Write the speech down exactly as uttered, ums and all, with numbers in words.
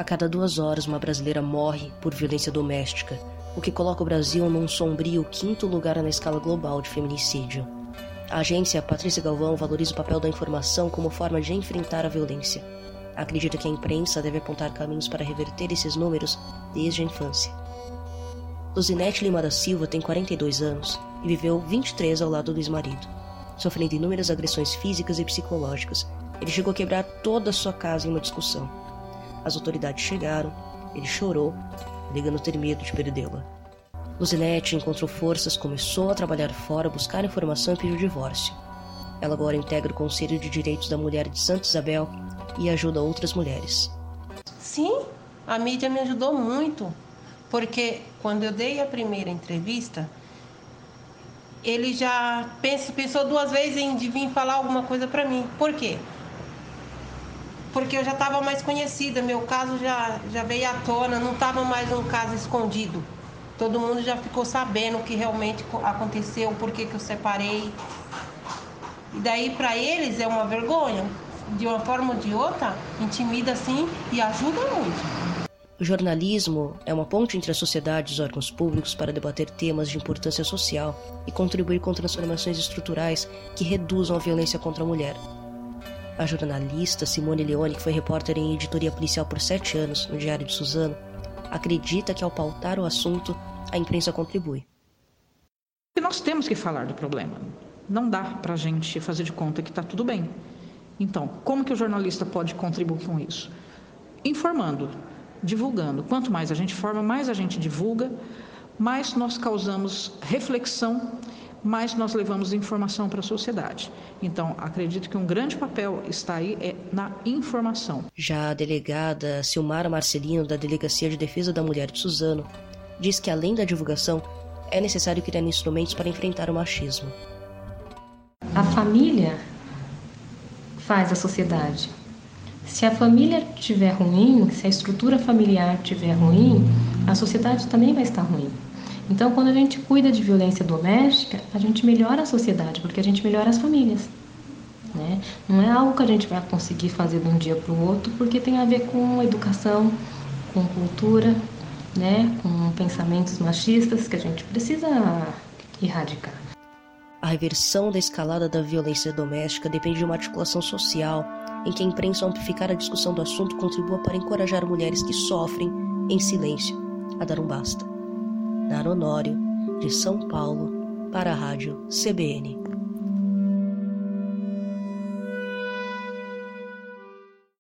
A cada duas horas, uma brasileira morre por violência doméstica, o que coloca o Brasil num sombrio quinto lugar na escala global de feminicídio. A agência Patrícia Galvão valoriza o papel da informação como forma de enfrentar a violência. Acredita que a imprensa deve apontar caminhos para reverter esses números desde a infância. Luzinete Lima da Silva tem quarenta e dois anos e viveu vinte e três ao lado do ex-marido. Sofrendo inúmeras agressões físicas e psicológicas, ele chegou a quebrar toda a sua casa em uma discussão. As autoridades chegaram, ele chorou, alegando ter medo de perdê-la. Luzinete encontrou forças, começou a trabalhar fora, buscar informação e pediu divórcio. Ela agora integra o Conselho de Direitos da Mulher de Santa Isabel e ajuda outras mulheres. Sim, a mídia me ajudou muito, porque quando eu dei a primeira entrevista, ele já pensou duas vezes em vir falar alguma coisa para mim. Por quê? Porque eu já estava mais conhecida, meu caso já, já veio à tona, não estava mais um caso escondido. Todo mundo já ficou sabendo o que realmente aconteceu, por que que eu separei. E daí para eles é uma vergonha. De uma forma ou de outra, intimida sim e ajuda muito. O jornalismo é uma ponte entre a sociedade e os órgãos públicos para debater temas de importância social e contribuir com transformações estruturais que reduzam a violência contra a mulher. A jornalista Simone Leone, que foi repórter em editoria policial por sete anos no Diário de Suzano, acredita que ao pautar o assunto, a imprensa contribui. Nós temos que falar do problema. Não dá para a gente fazer de conta que está tudo bem. Então, como que o jornalista pode contribuir com isso? Informando, divulgando. Quanto mais a gente informa, mais a gente divulga, mais nós causamos reflexão, mais nós levamos informação para a sociedade. Então, acredito que um grande papel está aí é na informação. Já a delegada Silmara Marcelino, da Delegacia de Defesa da Mulher de Suzano, diz que além da divulgação, é necessário criar instrumentos para enfrentar o machismo. A família faz a sociedade. Se a família estiver ruim, se a estrutura familiar estiver ruim, a sociedade também vai estar ruim. Então, quando a gente cuida de violência doméstica, a gente melhora a sociedade, porque a gente melhora as famílias, né? Não é algo que a gente vai conseguir fazer de um dia para o outro, porque tem a ver com educação, com cultura, né? Com pensamentos machistas que a gente precisa erradicar. A reversão da escalada da violência doméstica depende de uma articulação social em que a imprensa, ao amplificar a discussão do assunto, contribua para encorajar mulheres que sofrem, em silêncio, a dar um basta. Nara Honório, de São Paulo, para a Rádio C B N.